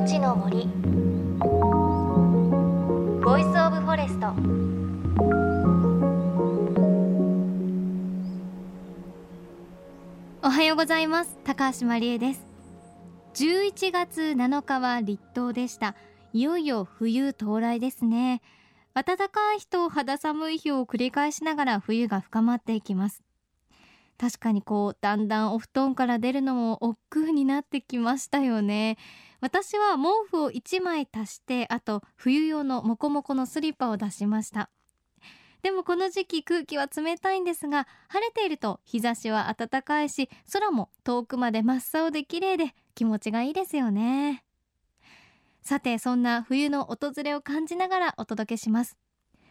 命の森ボイスオブフォレスト。おはようございます。高橋真理恵です。11月7日は立冬でした。いよいよ冬到来ですね。暖かい日と肌寒い日を繰り返しながら冬が深まっていきます。確かにだんだんお布団から出るのも億劫になってきましたよね。私は毛布を1枚足して、あと冬用のモコモコのスリッパを出しました。でもこの時期空気は冷たいんですが、晴れていると日差しは暖かいし、空も遠くまで真っ青で綺麗で気持ちがいいですよね。さて、そんな冬の訪れを感じながらお届けします。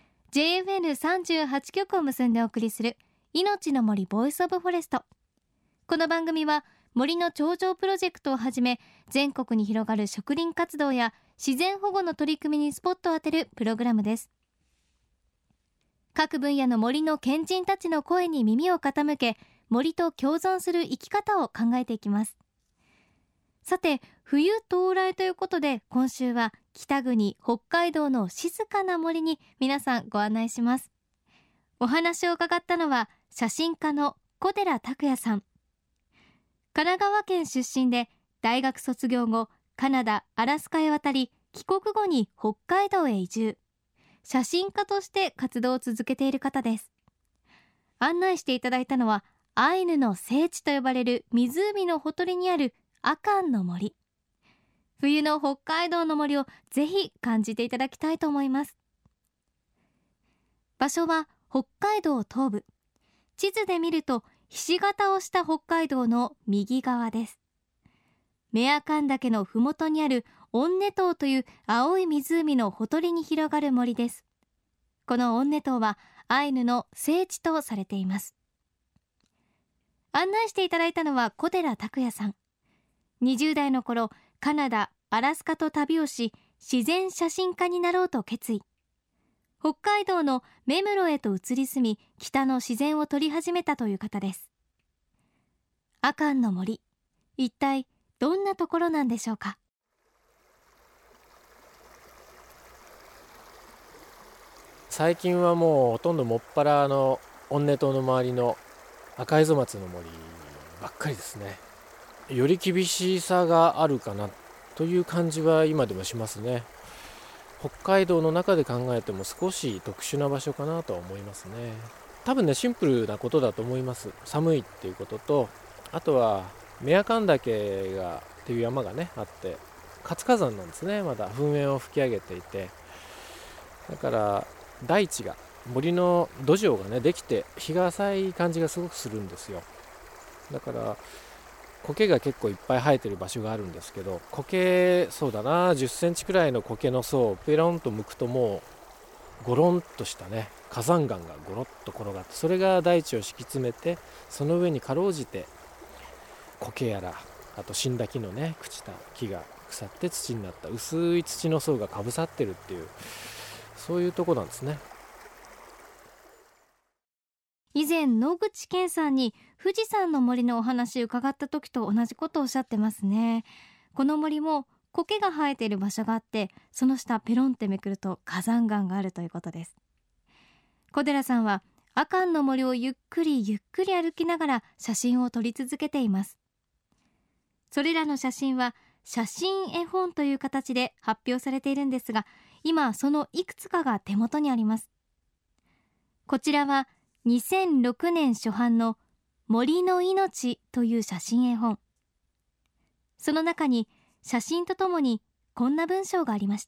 JFN38 局を結んでお送りする命の森ボイスオブフォレスト。この番組は森の頂上プロジェクトをはじめ、全国に広がる植林活動や自然保護の取り組みにスポットを当てるプログラムです。各分野の森の賢人たちの声に耳を傾け、森と共存する生き方を考えていきます。さて、冬到来ということで、今週は北国北海道の静かな森に皆さんご案内します。お話を伺ったのは写真家の小寺拓也さん。神奈川県出身で、大学卒業後カナダ、アラスカへ渡り、帰国後に北海道へ移住。写真家として活動を続けている方です。案内していただいたのは、アイヌの聖地と呼ばれる湖のほとりにある阿寒の森。冬の北海道の森をぜひ感じていただきたいと思います。場所は北海道東部。地図で見るとひし形をした北海道の右側です。メアカン岳のふもとにあるオンネ島という青い湖のほとりに広がる森です。このオンネ島はアイヌの聖地とされています。案内していただいたのは小寺拓也さん。20代の頃、カナダ、アラスカと旅をし、自然写真家になろうと決意。北海道の芽室へと移り住み、北の自然を撮り始めたという方です。阿寒の森、一体どんなところなんでしょうか。 最近はもうほとんどもっぱらオンネ島の周りの赤磯松の森ばっかりですね。より厳しさがあるかなという感じは今でもしますね。北海道の中で考えても少し特殊な場所かなとは思いますね。多分ね、シンプルなことだと思います。寒いっていうことと、あとはメアカン岳っていう山がねあって、活火山なんですね。まだ噴煙を吹き上げていて、だから大地が、森の土壌がねできて、日が浅い感じがすごくするんですよ。だから苔が結構いっぱい生えてる場所があるんですけど、そうだな、10センチくらいの苔の層をペロンと剥くと、もうゴロンとしたね火山岩がゴロッと転がって、それが大地を敷き詰めて、その上にかろうじて苔やら、あと死んだ木のね朽ちた木が腐って土になった薄い土の層がかぶさってるっていう、そういうとこなんですね。 以前野口健さんに富士山の森のお話を伺った時と同じことをおっしゃってますね。この森も苔が生えている場所があって、その下ペロンってめくると火山岩があるということです。小寺さんは阿寒の森をゆっくりゆっくり歩きながら写真を撮り続けています。それらの写真は写真絵本という形で発表されているんですが、今そのいくつかが手元にあります。こちらは2006年初版の森の命という写真絵本。その中に写真とともにこんな文章がありました。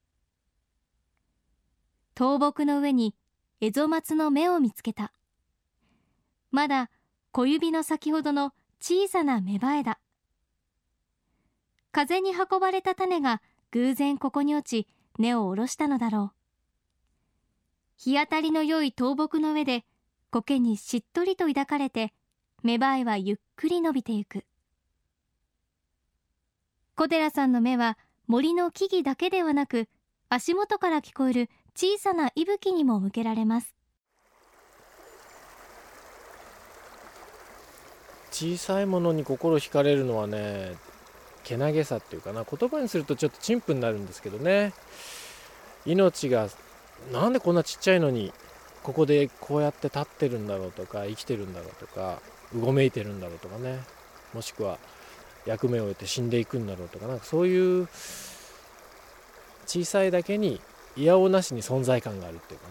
倒木の上にエゾマツの芽を見つけた。まだ小指の先ほどの小さな芽生えだ。風に運ばれた種が偶然ここに落ち、根を下ろしたのだろう。日当たりの良い倒木の上で苔にしっとりと抱かれて、芽生えはゆっくり伸びてゆく。小寺さんの目は森の木々だけではなく、足元から聞こえる小さな息吹にも向けられます。 小さいものに心惹かれるのはね、 けなげさっていうかな、言葉にするとちょっと陳腐になるんですけどね、命がなんでこんなちっちゃいのにここでこうやって立ってるんだろうとか、生きてるんだろうとか、うごめいてるんだろうとかね、もしくは役目を終えて死んでいくんだろうとか、なんかそういう小さいだけにいやおうなしに存在感があるっていうかね。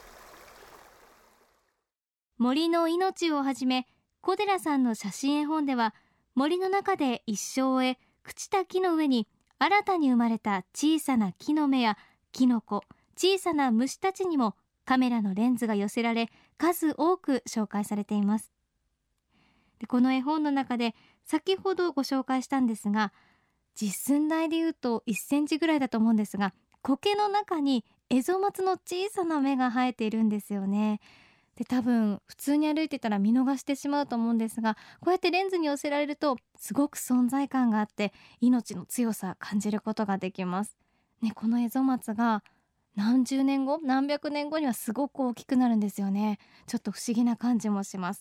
森の命をはじめ、小寺さんの写真絵本では、森の中で一生を終え朽ちた木の上に新たに生まれた小さな木の芽やキノコ、小さな虫たちにもカメラのレンズが寄せられ、数多く紹介されています。でこの絵本の中で先ほどご紹介したんですが、実寸大でいうと1センチぐらいだと思うんですが、苔の中にエゾマツの小さな芽が生えているんですよね。で多分普通に歩いてたら見逃してしまうと思うんですが、こうやってレンズに寄せられるとすごく存在感があって、命の強さ感じることができます、ね、このエゾマツが何十年後何百年後にはすごく大きくなるんですよね。ちょっと不思議な感じもします。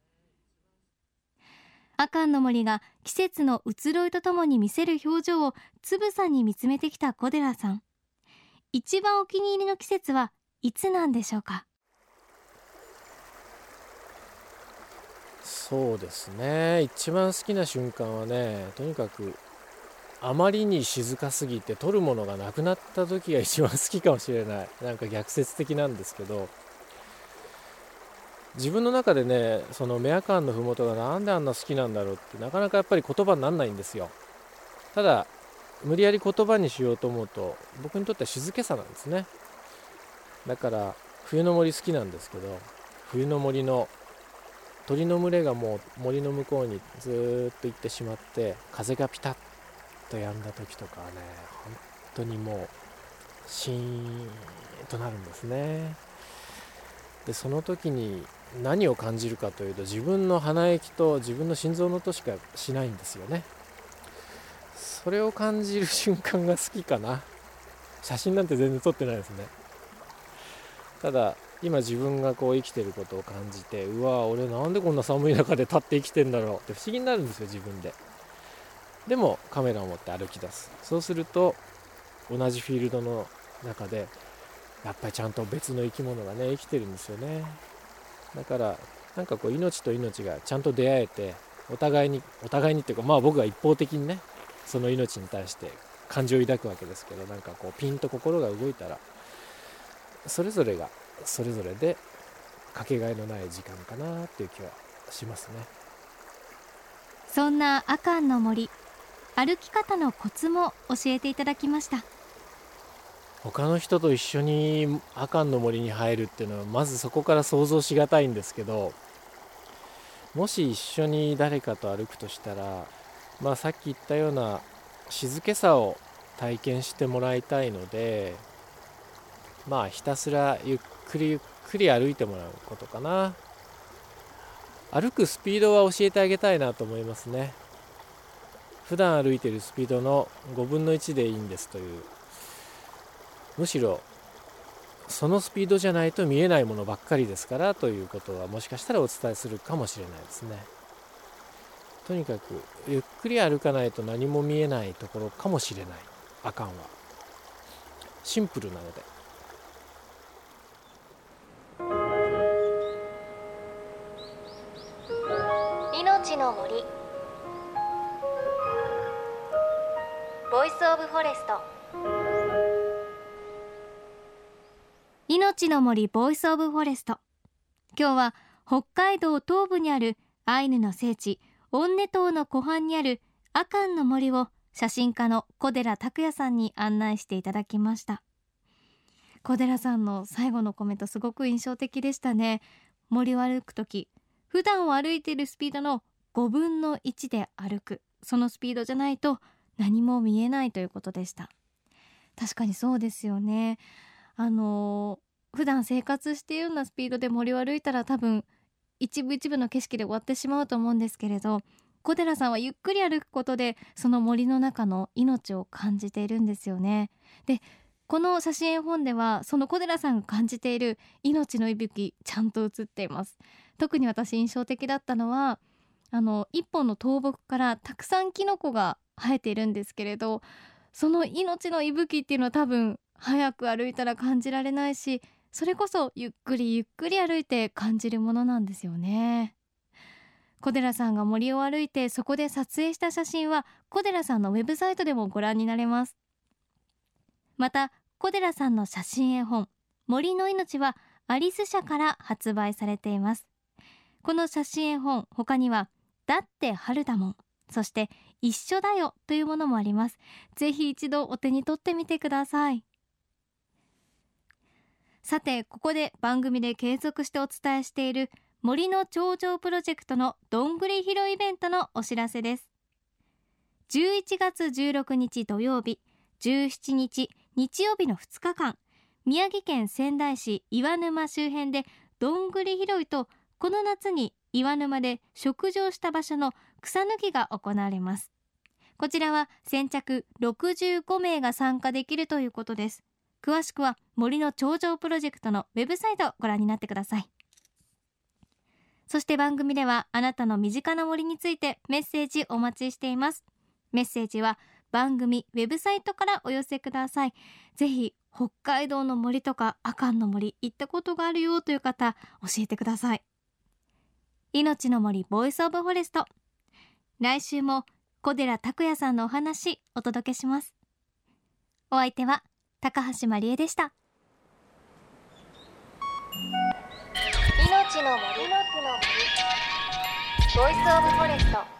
阿寒の森が季節の移ろいとともに見せる表情をつぶさに見つめてきた小寺さん、一番お気に入りの季節はいつなんでしょうか？ そうですね、一番好きな瞬間はね、とにかくあまりに静かすぎて撮るものがなくなった時が一番好きかもしれない。なんか逆説的なんですけど、自分の中でね、そのメアカンの麓がなんであんな好きなんだろうってなかなかやっぱり言葉にならないんですよ。ただ無理やり言葉にしようと思うと、僕にとっては静けさなんですね。だから冬の森好きなんですけど、冬の森の鳥の群れがもう森の向こうにずっと行ってしまって、風がピタッと止んだ時とかはね、本当にもうシーンとなるんですね。でその時に何を感じるかというと、自分の鼻息と自分の心臓の音しかしないんですよね。それを感じる瞬間が好きかな。写真なんて全然撮ってないですね。ただ今自分がこう生きてることを感じて、うわ俺なんでこんな寒い中で立って生きてんだろうって不思議になるんですよ、自分で。でもカメラを持って歩き出す。そうすると同じフィールドの中でやっぱりちゃんと別の生き物がね生きてるんですよね。だからなんかこう命と命がちゃんと出会えて、お互いにっていうか、まあ僕が一方的にねその命に対して感情を抱くわけですけど、なんかこうピンと心が動いたら、それぞれがそれぞれでかけがえのない時間かなっていう気はしますね。 そんな阿寒の森、歩き方のコツも教えていただきました。 他の人と一緒に阿寒の森に入るっていうのはまずそこから想像しがたいんですけど、もし一緒に誰かと歩くとしたら、まあさっき言ったような静けさを体験してもらいたいので、まあひたすらゆっくりゆっくり歩いてもらうことかな。歩くスピードは教えてあげたいなと思いますね。普段歩いているスピードの5分の1でいいんですという、むしろそのスピードじゃないと見えないものばっかりですからということは、もしかしたらお伝えするかもしれないですね。とにかくゆっくり歩かないと何も見えないところかもしれない。阿寒はシンプルなので。 命の森、ボイスオブフォレスト。命の森ボイスオブフォレスト。今日は北海道東部にあるアイヌの聖地オンネ島の湖畔にある阿寒の森を写真家の小寺拓也さんに案内していただきました。小寺さんの最後のコメントすごく印象的でしたね。森を歩くとき、普段を歩いているスピードの5分の1で歩く、そのスピードじゃないと何も見えないということでした。確かにそうですよね。普段生活しているようなスピードで森を歩いたら多分一部一部の景色で終わってしまうと思うんですけれど、小寺さんはゆっくり歩くことでその森の中の命を感じているんですよね。でこの写真絵本ではその小寺さんが感じている命の息吹ちゃんと写っています。特に私印象的だったのは一本の倒木からたくさんキノコが生えているんですけれど、その命の息吹っていうのは多分早く歩いたら感じられないし、それこそゆっくりゆっくり歩いて感じるものなんですよね。小寺さんが森を歩いてそこで撮影した写真は小寺さんのウェブサイトでもご覧になれます。また小寺さんの写真絵本森の命はアリス社から発売されています。この写真絵本、他にはだって春だもん、そして一緒だよというものもあります。ぜひ一度お手に取ってみてください。さて、ここで番組で継続してお伝えしている森の頂上プロジェクトのどんぐり拾いイベントのお知らせです。11月16日土曜日、17日日曜日の2日間、宮城県仙台市岩沼周辺でどんぐり拾いと、この夏に岩沼で植樹した場所の草抜きが行われます。こちらは先着65名が参加できるということです。詳しくは森の頂上プロジェクトのウェブサイトをご覧になってください。そして番組ではあなたの身近な森についてメッセージお待ちしています。メッセージは番組ウェブサイトからお寄せください。ぜひ北海道の森とか阿寒の森行ったことがあるよという方、教えてください。命の森ボイスオブフォレスト、来週も小寺拓也さんのお話お届けします。お相手は高橋まりえでした。 命の森ボイスオブフォレスト。